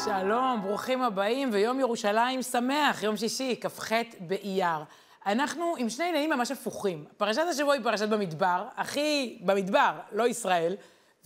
שלום, ברוכים הבאים, ויום ירושלים שמח, יום שישי, כ"ח באייר. אנחנו עם שני עניינים ממש הפוכים. פרשת השבוע היא פרשת במדבר, הכי במדבר, לא ישראל,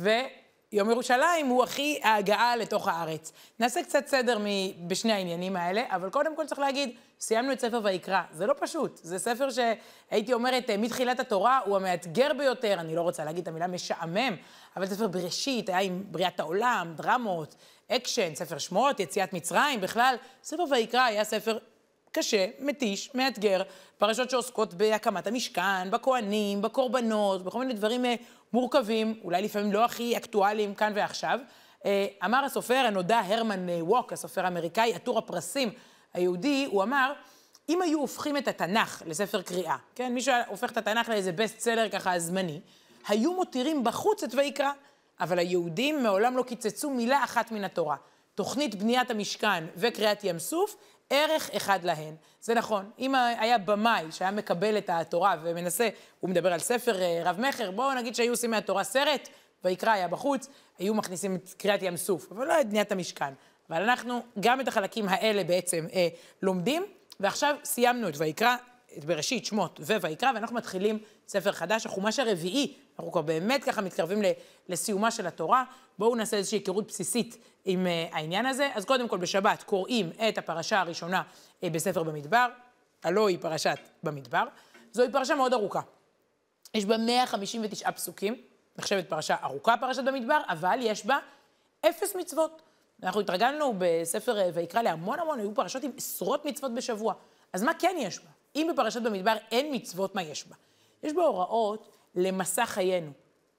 ויום ירושלים הוא הכי ההגעה לתוך הארץ. נעשה קצת סדר בשני העניינים האלה, אבל קודם כל צריך להגיד, סיימנו את ספר ויקרא. זה לא פשוט, זה ספר שהייתי אומרת, מתחילת התורה הוא המאתגר ביותר, אני לא רוצה להגיד את המילה משעמם, אבל ספר בראשית, היה עם בריאת העולם, דרמות, אקשן, ספר שמות, יציאת מצרים, בכלל, ספר ויקרא היה ספר קשה, מתיש, מאתגר, פרשות שעוסקות בהקמת המשכן, בכהנים, בקורבנות, בכל מיני דברים מורכבים, אולי לפעמים לא הכי אקטואליים כאן ועכשיו. אמר הסופר הנודע הרמן ווק, הסופר האמריקאי, עטור הפרסים היהודי, הוא אמר, אם היו הופכים את התנ"ך לספר קריאה, כן, מישהו הופך את התנ"ך לאיזה בסט סלר ככה זמני, היו מותירים בחוץ את ויקרא, אבל היהודים מעולם לא קיצצו מילה אחת מן התורה. תוכנית בניית המשכן וקריאת ים סוף, ערך אחד להן. זה נכון, אם היה במאי שהיה מקבל את התורה ומנסה, הוא מדבר על ספר רב מחר, בואו נגיד שהיו עושים מהתורה סרט, ויקרא היה בחוץ, היו מכניסים את קריאת ים סוף, אבל לא את בניית המשכן. אבל אנחנו גם את החלקים האלה בעצם לומדים, ועכשיו סיימנו את ויקרא, את בראשית, שמות וויקרא, ואנחנו מתחילים ספר חדש, החומש הרביעי, אנחנו כבר באמת ככה מתקרבים לסיומה של התורה, בואו נעשה איזושהי היכרות בסיסית עם העניין הזה. אז קודם כל בשבת קוראים את הפרשה הראשונה בספר במדבר, הלא היא פרשת במדבר, זוהי פרשה מאוד ארוכה. יש בה 159 פסוקים, נחשבת פרשה ארוכה פרשת במדבר, אבל יש בה 0 מצוות. אנחנו התרגלנו בספר ויקרא להמון היו פרשות עם עשרות מצוות בשבוע. אז מה כן יש בה? אם בפרשת במדבר אין מצוות, מה יש בה? יש בה הוראות למסע חיינו,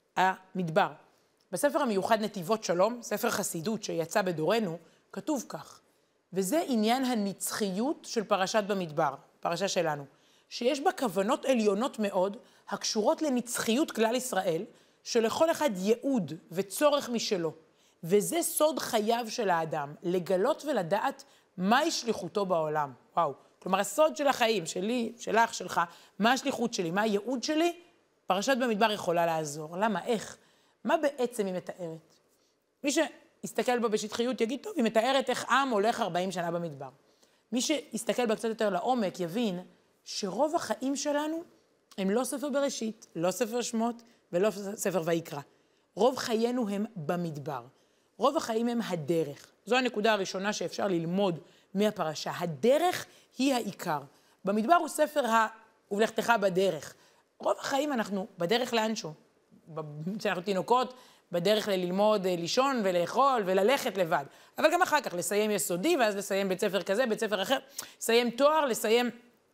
המדבר. בספר המיוחד נתיבות שלום, ספר חסידות שיצא בדורנו, כתוב כך, וזה עניין הנצחיות של פרשת במדבר, פרשה שלנו, שיש בה כוונות עליונות מאוד, הקשורות לנצחיות כלל ישראל, שלכל אחד ייעוד וצורך משלו. וזה סוד חייו של האדם, לגלות ולדעת מהי שליחותו בעולם. וואו. כלומר, הסוד של החיים, שלי, שלך, שלך, מה השליחות שלי, מה הייעוד שלי, פרשת במדבר יכולה לעזור. למה? איך? מה בעצם היא מתארת? מי שיסתכל בה בשטחיות יגיד, טוב, היא מתארת איך עם הולך 40 שנה במדבר. מי שיסתכל בה קצת יותר לעומק יבין שרוב החיים שלנו הם לא ספר בראשית, לא ספר שמות ולא ספר ויקרא. רוב חיינו הם במדבר. רוב החיים הם הדרך. זו הנקודה הראשונה שאפשר ללמוד מהפרשה. הדרך היא העיקר. במדבר הוא ספר ובלכתך בדרך. רוב החיים אנחנו בדרך לאנשהו. כשאנחנו תינוקות, בדרך ללמוד, לישון ולאכול וללכת לבד. אבל גם אחר כך לסיים יסודי, ואז לסיים בית ספר כזה, בית ספר אחר, לסיים תואר, לסיים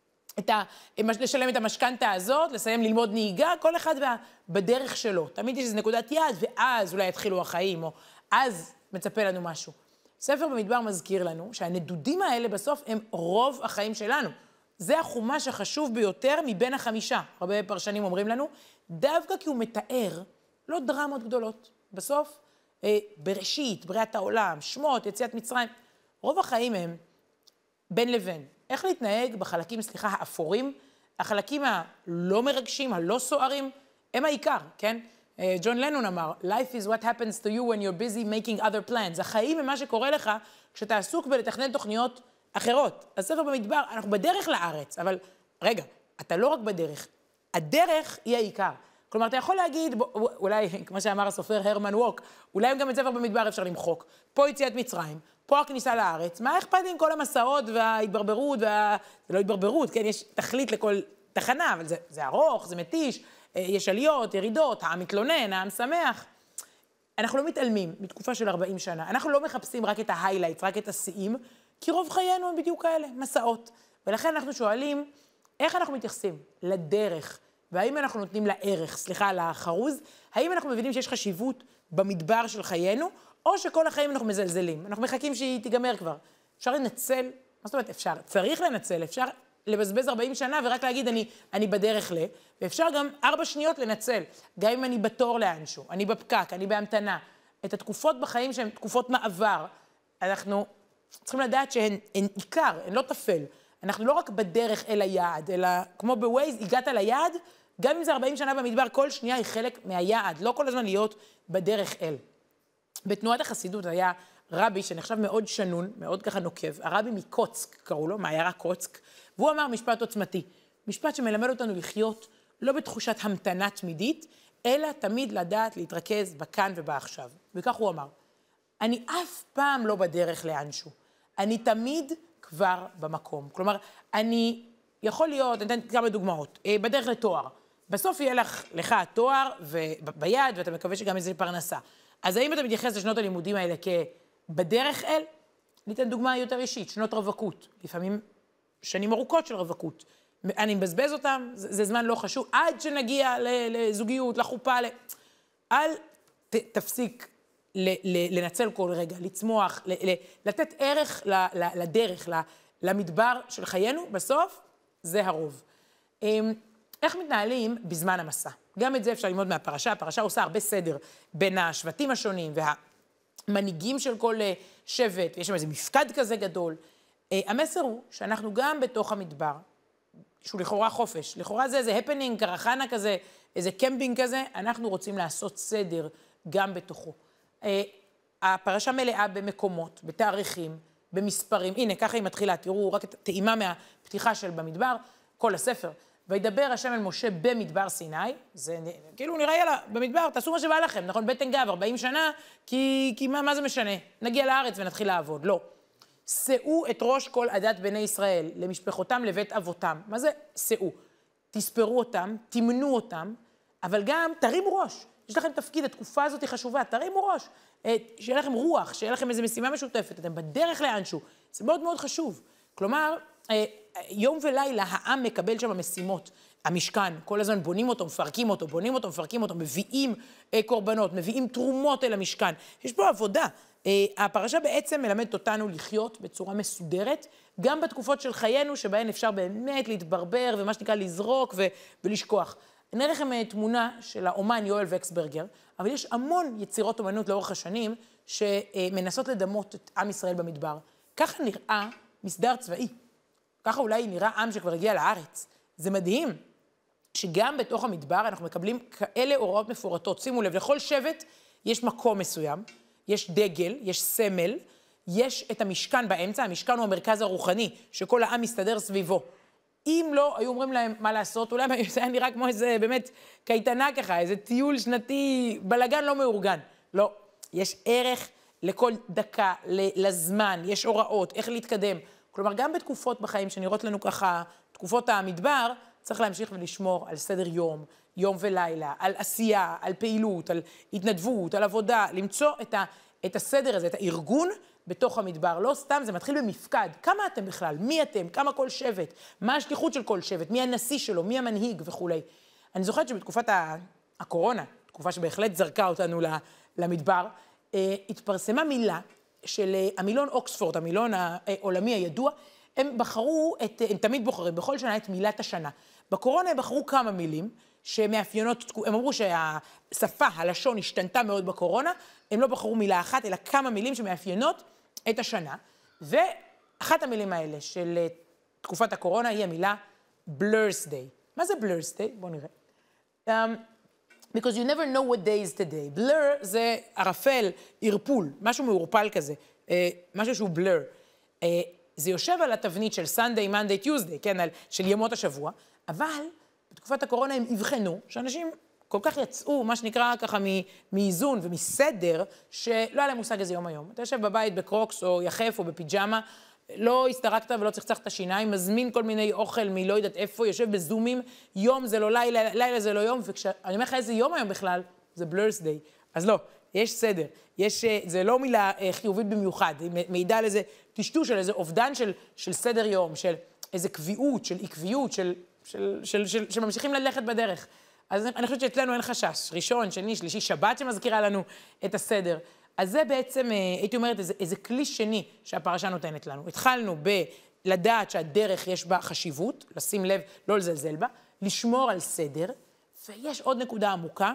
לשלם את המשכנתה הזאת, לסיים ללמוד נהיגה, כל אחד בדרך שלו. תמיד יש איזו נקודת יד, ואז אולי יתחילו החיים, או אז מצפה לנו משהו. ספר במדבר מזכיר לנו שהנדודים האלה בסוף הם רוב החיים שלנו. זה החומש החשוב ביותר מבין החמישה. הרבה פרשנים אומרים לנו, דווקא כי הוא מתאר לא דרמות גדולות. בסוף, בראשית, בריאת העולם, שמות, יציאת מצרים, רוב החיים הם בין לבין. איך להתנהג בחלקים, האפורים, החלקים הלא מרגשים, הלא סוערים, הם העיקר, כן? ג'ון לנון אמר, Life is what happens to you when you're busy making other plans. החיים הם מה שקורה לך כשאתה עסוק בלתכנן תוכניות אחרות. הספר במדבר, אנחנו בדרך לארץ, אבל רגע, אתה לא רק בדרך, הדרך היא העיקר. כלומר, אתה יכול להגיד, אולי, כמו שאמר הסופר הרמן ווק, אולי גם את ספר במדבר אפשר למחוק. פה יציאת מצרים, פה הכניסה לארץ, מה אכפת לי עם כל המסעות וההתברברות, זה לא התברברות, כן, יש תכלית לכל תחנה, אבל זה ארוך, זה מתיש, יש עליות, ירידות, העם מתלונן, העם שמח. אנחנו לא מתעלמים מתקופה של 40 שנה, אנחנו לא מחפשים רק את ההיילייטס, רק את השיאים, כי רוב חיינו הם בדיוק כאלה, מסעות. ולכן אנחנו שואלים, איך אנחנו מתייחסים לדרך, והאם אנחנו נותנים לה ערך, לחרוז, האם אנחנו מבינים שיש חשיבות במדבר של חיינו, או שכל החיים אנחנו מזלזלים, אנחנו מחכים שהיא תיגמר כבר. אפשר לנצל, מה זאת אומרת אפשר? צריך לנצל, אפשר לבזבז 40 שנה ורק להגיד אני בדרך ואפשר גם 4 שניות לנצל, גם אם אני בתור לאנשהו, אני בפקק, אני בהמתנה. את התקופות בחיים שהן תקופות מעבר, אנחנו צריכים לדעת שהן עיקר, הן לא תפל. אנחנו לא רק בדרך אל היעד, אלא כמו בווייז, הגעת ליעד, גם אם זה 40 שנה במדבר, כל שנייה היא חלק מהיעד, לא כל הזמן להיות בדרך אל. בתנועת החסידות היה רבי שנחשב מאוד שנון, מאוד ככה נוקב, הרבי מקוצק קראו לו, מעיירה קוצק, והוא אמר משפט עוצמתי, משפט שמלמד אותנו לחיות לא בתחושת המתנה תמידית, אלא תמיד לדעת להתרכז בכאן ובעכשיו. וכך הוא אמר, אני אף פעם לא בדרך לאנשהו, אני תמיד כבר במקום. כלומר, אני יכול להיות, אני אתן כמה דוגמאות, בדרך לתואר. בסוף יהיה לך התואר ביד, ואתה מקווה שגם איזה פרנסה. אז האם אתה מתייחס לשנות הלימודים האלה כבדרך אל? ניתן דוגמה יותר אישית, שנות רווקות. לפעמים שנים ארוכות של רווקות. אני מבזבז אותם, זה זמן לא חשוב, עד שנגיע לזוגיות, לחופה, אל תפסיק לנצל כל רגע, לצמוח, לתת ערך לדרך, למדבר של חיינו, בסוף זה הרוב. איך מתנהלים בזמן המסע? גם את זה אפשר ללמוד מהפרשה, הפרשה עושה הרבה סדר בין השבטים השונים והמנהיגים של כל שבט, ויש שם איזה מפקד כזה גדול. המסר הוא שאנחנו גם בתוך המדבר, שהוא לכאורה חופש, לכאורה זה איזה הפנינג, קרחנה כזה, איזה קמפינג כזה, אנחנו רוצים לעשות סדר גם בתוכו. הפרשה מלאה במקומות, בתאריכים, במספרים. הנה, ככה היא מתחילה, תראו רק את טעימה מהפתיחה של במדבר, כל הספר. וידבר השם אל משה במדבר סיני, זה כאילו נראה יאללה, במדבר, תעשו מה שבא לכם, נכון? בטן גב, 40 שנה, כי מה זה משנה? נגיע לארץ ונתחיל לעבוד, לא. שאו את ראש כל עדת בני ישראל, למשפחותם לבית אבותם. מה זה שאו? תספרו אותם, תמנו אותם, אבל גם תרימו ראש. יש לכם תפקיד, התקופה הזאת היא חשובה, תרימו ראש. שיהיה לכם רוח, שיהיה לכם איזו משימה משותפת, אתם בדרך לאנשהו. זה מאוד מאוד חשוב. כלומר, יום ולילה העם מקבל שם משימות. המשכן, כל הזמן בונים אותו, מפרקים אותו, בונים אותו, מפרקים אותו, מביאים קורבנות, מביאים תרומות אל המשכן. יש פה עבודה. הפרשה בעצם מלמדת אותנו לחיות בצורה מסודרת, גם בתקופות של חיינו, שבהן אפשר באמת להתברבר, ומה שנקרא לזרוק ולשכוח. אני אראה לכם תמונה של האומן יואל וקסברגר, אבל יש המון יצירות אומנות לאורך השנים, שמנסות לדמות את עם ישראל במדבר. ככה נראה מסדר צבאי. ככה אולי נראה עם שכבר הגיע לארץ. זה מדהים שגם בתוך המדבר אנחנו מקבלים כאלה הוראות מפורטות. שימו לב, לכל שבט יש מקום מסוים, יש דגל, יש סמל, יש את המשכן באמצע, המשכן הוא המרכז הרוחני, שכל העם מסתדר סביבו. אם לא, היו אומרים להם מה לעשות, אולי זה היה נראה כמו איזה באמת קייטנה ככה, איזה טיול שנתי, בלגן לא מאורגן. לא, יש ערך לכל דקה, לזמן, יש הוראות, איך להתקדם. כלומר, גם בתקופות בחיים שנראות לנו ככה, תקופות המדבר, צריך להמשיך ולשמור על סדר יום, יום ולילה, על עשייה, על פעילות, על התנדבות, על עבודה, למצוא את הסדר הזה, את הארגון בתוך המדבר. לא סתם, זה מתחיל במפקד. כמה אתם בכלל? מי אתם? כמה כל שבט? מה השליחות של כל שבט? מי הנשיא שלו? מי המנהיג וכו'. אני זוכרת שבתקופת הקורונה, תקופה שבהחלט זרקה אותנו למדבר, התפרסמה מילה של המילון אוקספורד, המילון העולמי הידוע, הם תמיד בוחרים בכל שנה את מילת השנה. בקורונה הם בחרו כמה מילים שמאפיינות, הם אמרו שהשפה, הלשון השתנתה מאוד בקורונה, הם לא בחרו מילה אחת, אלא כמה מילים שמאפיינות את השנה, ואחת המילים האלה של תקופת הקורונה היא המילה Blur's Day. מה זה Blur's Day? בואו נראה. Because you never know what day is today. Blur זה ערפל, ערפול, משהו מעורפל כזה, משהו שהוא blur. זה יושב על התבנית של Sunday, Monday, Tuesday, כן, של ימות השבוע, אבל בתקופת הקורונה הם הבחנו שאנשים כל כך יצאו, מה שנקרא ככה מאיזון ומסדר, שלא היה להם מושג איזה יום היום. אתה יושב בבית בקרוקס או יחף או בפיג'מה, לא הסתרקת ולא צחצח את השיניים, מזמין כל מיני אוכל מלא יודעת איפה, יושב בזומים, יום זה לא לילה, לילה זה לא יום, וכשאני אומר לך איזה יום היום בכלל, זה Blur's Day. אז לא, יש סדר, זה לא מילה חיובית במיוחד, היא מעידה על איזה טשטוש, על איזה אובדן של סדר יום, של איזה קביעות, של עקביות, שממשיכים ללכת בדרך. אז אני חושבת שאצלנו אין חשש, ראשון, שני, שלישי, שבת שמזכירה לנו את הסדר. אז זה בעצם, הייתי אומרת, איזה כלי שני שהפרשה נותנת לנו. התחלנו בלדעת שהדרך יש בה חשיבות, לשים לב, לא לזלזל בה, לשמור על סדר, ויש עוד נקודה עמוקה,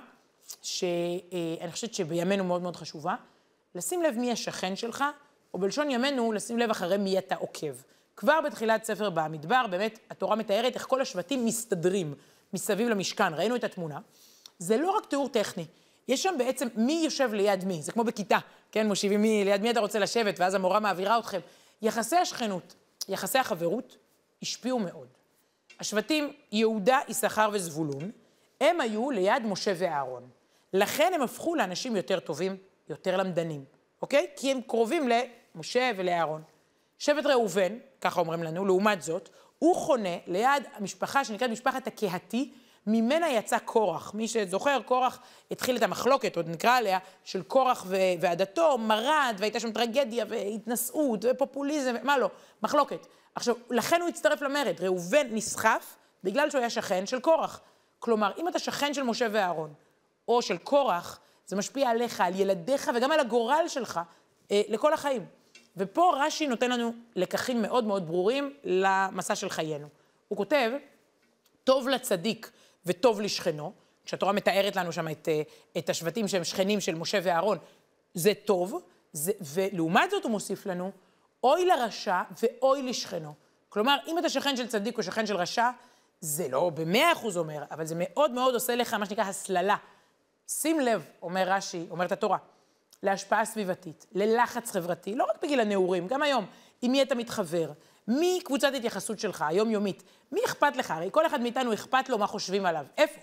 שאני חושבת שבימינו מאוד מאוד חשובה, לשים לב מי השכן שלך, או בלשון ימינו, לשים לב אחרי מי אתה עוקב. כבר בתחילת ספר במדבר, באמת, התורה מתארת איך כל השבטים מסתדרים מסביב למשכן. ראינו את התמונה. זה לא רק תיאור טכני. יש שם בעצם מי יושב ליד מי, זה כמו בכיתה, כן, מושיבים מי, ליד מי אתה רוצה לשבת, ואז המורה מעבירה אתכם. יחסי השכנות, יחסי החברות, השפיעו מאוד. השבטים יהודה, יששכר וזבולון, הם היו ליד משה ואהרון. לכן הם הפכו לאנשים יותר טובים, יותר למדנים, אוקיי? כי הם קרובים למשה ולאהרון. שבט ראובן, ככה אומרים לנו, לעומת זאת, הוא חונה ליד המשפחה שנקראת משפחת הקהתי, ממנה יצא קורח. מי שזוכר, קורח התחיל את המחלוקת, עוד נקרא עליה, של קורח ועדתו, מרד, והייתה שם טרגדיה והתנשאות ופופוליזם, מה לא, מחלוקת. עכשיו, לכן הוא הצטרף למרד. ראובן נסחף בגלל שהוא היה שכן של קורח. כלומר, אם אתה שכן של משה ואהרון, או של קורח, זה משפיע עליך, על ילדיך וגם על הגורל שלך, לכל החיים. ופה רש"י נותן לנו לקחים מאוד מאוד ברורים למסע של חיינו. הוא כותב, טוב לצדיק וטוב לשכנו, כשהתורה מתארת לנו שם את השבטים שהם שכנים של משה ואהרון, זה טוב, ולעומת זאת הוא מוסיף לנו, אוי לרשע ואוי לשכנו. כלומר, אם אתה שכן של צדיק או שכן של רשע, זה לא ב100% אומר, אבל זה מאוד מאוד עושה לך מה שנקרא הסללה. שים לב, אומר רש"י, אומרת התורה, להשפעה סביבתית, ללחץ חברתי, לא רק בגיל הנעורים, גם היום, עם מי אתה מתחבר, מי קבוצת התייחסות שלך, היומיומית, מי אכפת לך? הרי כל אחד מאיתנו אכפת לו מה חושבים עליו, איפה?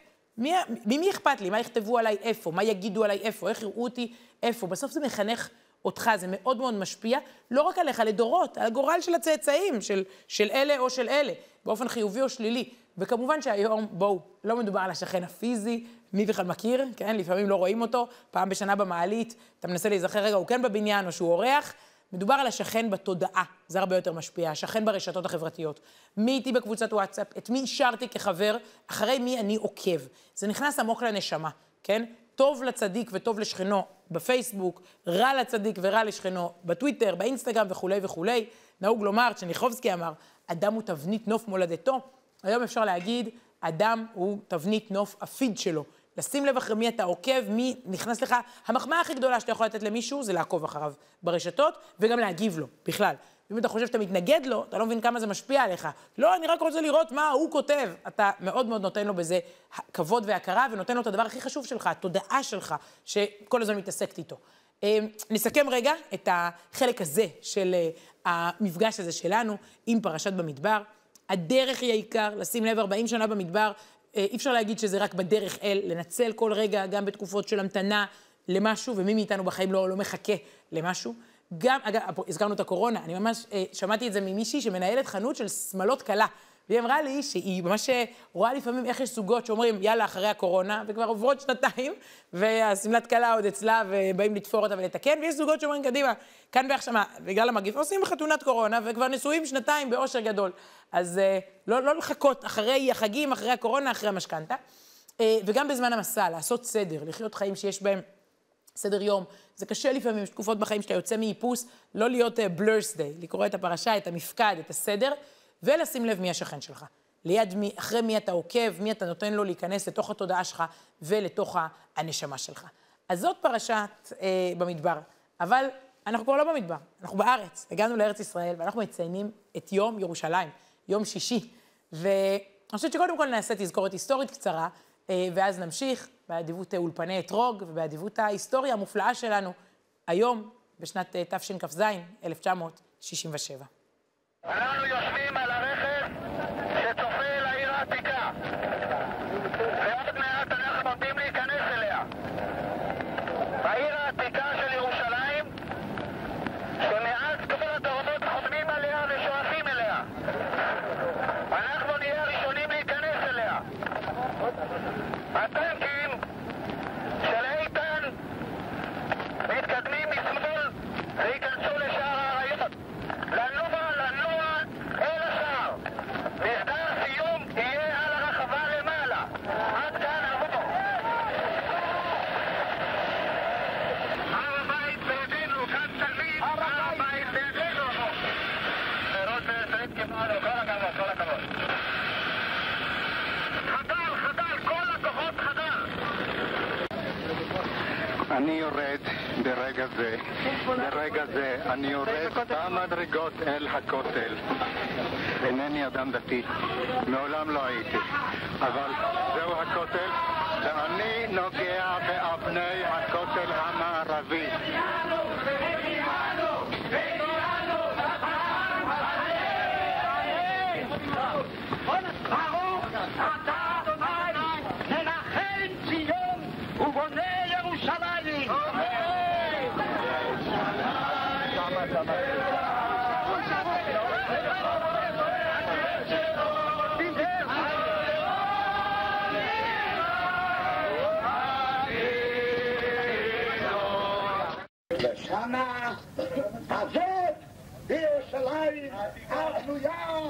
מי אכפת לי? מה יכתבו עליי איפה? מה יגידו עליי איפה? איך יראו אותי איפה? בסוף זה מחנך אותך, זה מאוד מאוד משפיע, לא רק עליך, לדורות, על הגורל של הצאצאים, של אלה או של אלה, באופן חיובי או שלילי. וכמובן שהיום, בואו, לא מדובר על השכן הפיזי, מי בכלל מכיר, כן? לפעמים לא רואים אותו, פעם בשנה במעלית, אתה מנסה להיזכר רגע, הוא כן בבניין או שהוא אורח, מדובר על השכן בתודעה, זה הרבה יותר משפיע, השכן ברשתות החברתיות. מי איתי בקבוצת וואטסאפ, את מי השארתי כחבר, אחרי מי אני עוקב. זה נכנס עמוק לנשמה, כן? טוב לצדיק וטוב לשכנו בפייסבוק, רע לצדיק ורע לשכנו בטוויטר, באינסטגרם וכו' וכו'. נהוג לומר, צ'רניחובסקי אמר, אדם הוא תבנית נוף מולדתו. היום אפשר להגיד, אדם הוא תבנית נוף הפיד שלו. לשים לב אחרי מי אתה עוקב, מי נכנס לך. המחמאה הכי גדולה שאתה יכול לתת למישהו, זה לעקוב אחריו ברשתות, וגם להגיב לו, בכלל. אם אתה חושב שאתה מתנגד לו, אתה לא מבין כמה זה משפיע עליך. לא, אני רק רוצה לראות מה הוא כותב. אתה מאוד מאוד נותן לו בזה כבוד והכרה, ונותן לו את הדבר הכי חשוב שלך, התודעה שלך, שכל הזמן מתעסקת איתו. נסכם רגע את החלק הזה של המפגש הזה שלנו עם פרשת במדבר. הדרך היא העיקר, לשים לב 40 שנה במדבר, אי אפשר להגיד שזה רק בדרך אל, לנצל כל רגע, גם בתקופות של המתנה למשהו, ומי מאיתנו בחיים לא מחכה למשהו. גם, אגב, הזכרנו את הקורונה, אני ממש שמעתי את זה ממישהי שמנהלת חנות של שמלות קלה, והיא אמרה לי שהיא ממש רואה לפעמים איך יש זוגות שאומרים, יאללה, אחרי הקורונה, וכבר עוברות שנתיים, והסמלת קלה עוד אצלה, ובאים לתפור אותה ולתקן, ויש זוגות שאומרים, קדימה, כאן בעכשיו, בגלל המגיפה, עושים חתונת קורונה, וכבר נשואים שנתיים באושר גדול. אז לא לחכות אחרי החגים, אחרי הקורונה, אחרי המשכנתה. וגם בזמן המסע, לעשות סדר, לחיות חיים שיש בהם סדר יום. זה קשה לפעמים, יש תקופות בחיים שאתה יוצא מאיפוס, לא להיות blur's day, לקרוא את הפרשה, את המפקד, את הסדר, ולשים לב מי השכן שלך. ליד מי, אחרי מי אתה עוקב, מי אתה נותן לו להיכנס לתוך התודעה שלך ולתוך הנשמה שלך. אז זאת פרשת במדבר. אבל אנחנו כבר לא במדבר, אנחנו בארץ. הגענו לארץ ישראל ואנחנו מציינים את יום ירושלים, יום שישי. ואני חושבת שקודם כל נעשה תזכורת היסטורית קצרה, ואז נמשיך באדיבות אולפני אתרוג ובאדיבות ההיסטוריה המופלאה שלנו היום בשנת תשכ"ז, 1967. אנחנו יושבים על הרכב שצופה אל העיר העתיקה, ועוד מעט אנחנו עומדים להיכנס אליה. העיר העתיקה של ירושלים, שמאז כל הדורות חותמים עליה ושואפים אליה. אנחנו נהיה הראשונים להיכנס אליה. הטנקים של איתן מתקדמים משמאל וייכנסו לשער האריות. לנוע אל השער. בשדה הסיום יהיה על הרחבה למעלה. עד כאן עבור. הר הבית בידינו, כאן תלמיד, הר הבית בידינו. ראש שריד קיבלנו, כל הכבוד, כל הכבוד. חדל, כל הכוחות חדל. אני יורד ברגע זה, אני יורד במדרגות אל הכותל. אינני אדם דתי, מעולם לא הייתי, אבל זהו הכותל, ואני נוגע באבני הכותל המערבי. ברוך אתה אדוני מנחם ציון ובונה ירושלים. לשנה הזאת בירושלים הבנויה.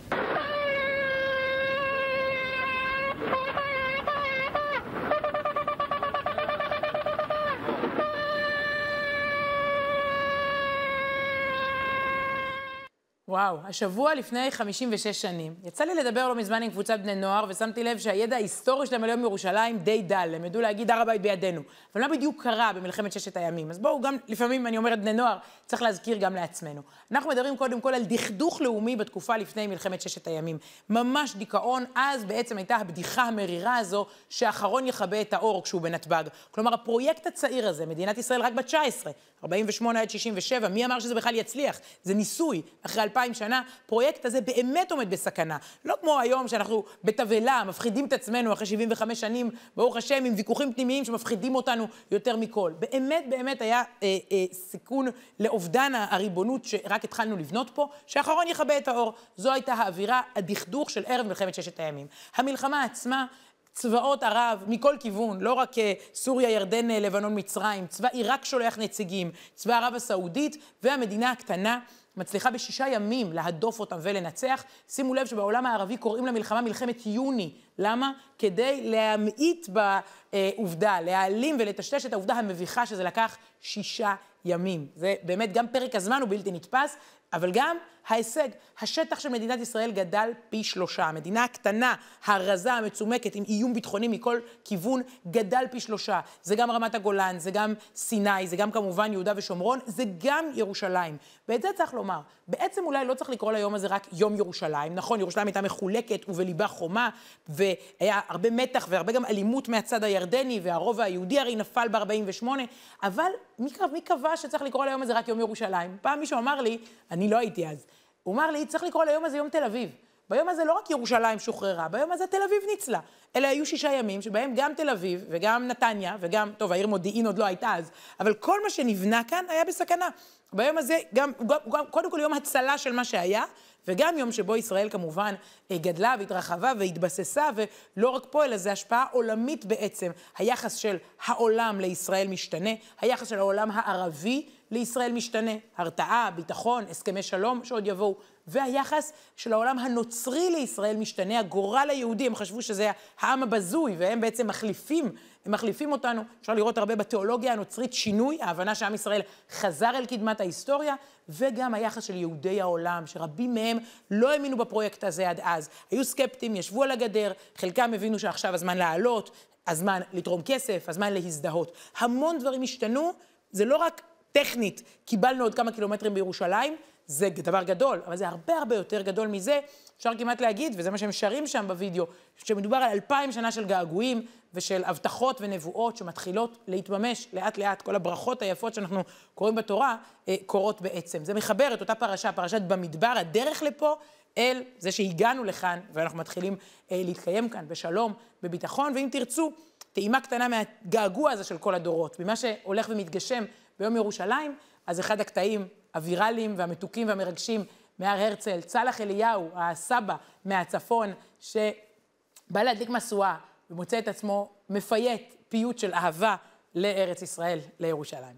וואו, השבוע לפני 56 שנים, יצא לי לדבר לא מזמן עם קבוצת בני נוער, ושמתי לב שהידע ההיסטורי שלהם על יום ירושלים די דל, הם ידעו להגיד הר הבית בידינו. אבל מה בדיוק קרה במלחמת ששת הימים? אז בואו גם, לפעמים אני אומרת בני נוער, צריך להזכיר גם לעצמנו. אנחנו מדברים קודם כל על דכדוך לאומי בתקופה לפני מלחמת ששת הימים. ממש דיכאון, אז בעצם הייתה הבדיחה המרירה הזו, שאחרון יכבה את האור כשהוא בנתב"ג. כלומר, הפרויקט הצעיר הזה, מדינת ישראל רק בת 19, 48 עד 67, מי אמר שזה בכלל יצליח? זה ניסוי, אחרי 2000 שנה, פרויקט הזה באמת עומד בסכנה. לא כמו היום שאנחנו בתבלה, מפחידים את עצמנו אחרי 75 שנים, ברוך השם, עם ויכוחים פנימיים שמפחידים אותנו יותר מכל. באמת היה סיכון לאובדן הריבונות שרק התחלנו לבנות פה, שאחרון יכבה את האור. זו הייתה האווירה, הדכדוך של ערב מלחמת ששת הימים. המלחמה עצמה, צבאות ערב מכל כיוון, לא רק סוריה, ירדן, לבנון, מצרים, צבא עיראק שולח נציגים, צבא ערב הסעודית והמדינה הקטנה מצליחה ב6 ימים להדוף אותם ולנצח. שימו לב שבעולם הערבי קוראים למלחמה מלחמת יוני. למה? כדי להמעיט בעובדה, להעלים ולטשטש את העובדה המביכה שזה לקח 6 ימים. זה באמת גם פרק הזמן הוא בלתי נתפס, אבל גם ההישג, השטח של מדינת ישראל גדל פי 3. המדינה הקטנה, הרזה, המצומקת, עם איום ביטחוני מכל כיוון, גדל פי 3. זה גם רמת הגולן, זה גם סיני, זה גם כמובן יהודה ושומרון, זה גם ירושלים. ואת זה צריך לומר. בעצם אולי לא צריך לקרוא ליום הזה רק יום ירושלים. נכון, ירושלים הייתה מחולקת ובליבה חומה, והיה הרבה מתח והרבה גם אלימות מהצד הירדני, והרוב היהודי הרי נפל ב-48, אבל מי קבע שצריך לקרוא ליום הזה רק יום ירושלים? פעם מישהו אמר לי, אני לא הייתי אז, הוא אמר לי, צריך לקרוא ליום הזה יום תל אביב. ביום הזה לא רק ירושלים שוחררה, ביום הזה תל אביב ניצלה. אלה היו 6 ימים שבהם גם תל אביב וגם נתניה וגם, טוב, העיר מודיעין עוד לא הייתה אז, אבל כל מה שנבנה כאן היה בסכנה. ביום הזה גם קודם כל יום הצלה של מה שהיה, וגם יום שבו ישראל כמובן גדלה והתרחבה והתבססה, ולא רק פה, אלא זה השפעה עולמית בעצם. היחס של העולם לישראל משתנה, היחס של העולם הערבי לישראל משתנה, הרתעה, ביטחון, הסכמי שלום שעוד יבואו, והיחס של העולם הנוצרי לישראל משתנה, הגורל היהודי, הם חשבו שזה העם הבזוי, והם בעצם מחליפים אותנו. אפשר לראות הרבה בתיאולוגיה הנוצרית שינוי, ההבנה שעם ישראל חזר אל קדמת ההיסטוריה, וגם היחס של יהודי העולם, שרבים מהם לא האמינו בפרויקט הזה עד אז. היו סקפטים, ישבו על הגדר, חלקם הבינו שעכשיו הזמן לעלות, הזמן לתרום כסף, הזמן להזדהות. המון דברים השתנו, זה לא רק טכנית, קיבלנו עוד כמה קילומטרים בירושלים, זה דבר גדול, אבל זה הרבה יותר גדול מזה, אפשר כמעט להגיד, וזה מה שהם שרים שם בווידאו, שמדובר על 2000 שנה של געגועים ושל הבטחות ונבואות שמתחילות להתממש לאט לאט, כל הברכות היפות שאנחנו קוראים בתורה, קורות בעצם. זה מחבר את אותה פרשה, פרשת במדבר, הדרך לפה, אל זה שהגענו לכאן, ואנחנו מתחילים להתקיים כאן בשלום, בביטחון, ואם תרצו, טעימה קטנה מהגעגוע הזה של כל הדורות, ממה שהולך ומתגשם ביום ירושלים, אז אחד הקטעים הווירליים והמתוקים והמרגשים מהר הרצל, צלח אליהו, הסבא מהצפון, שבא להדליק משואה ומוצא את עצמו מפייט פיוט של אהבה לארץ ישראל, לירושלים.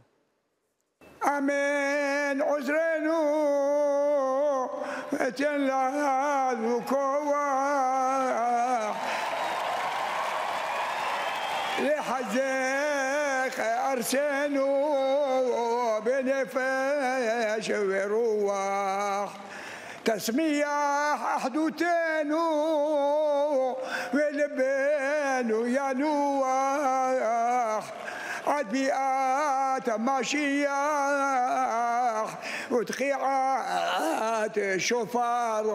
אמן עוזרנו ותן לנו כוח לחזק ארצנו בנפש ורוח, תשמיח אחדותנו ולבנו ינוח עד ביאת המשיח ותחיית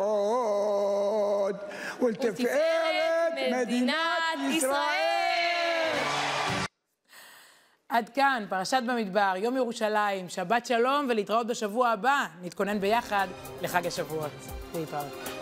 שופרות ולתפארת מדינת ישראל. עד כאן, פרשת במדבר, יום ירושלים, שבת שלום ולהתראות בשבוע הבא. נתכונן ביחד לחג השבועות. להתראות.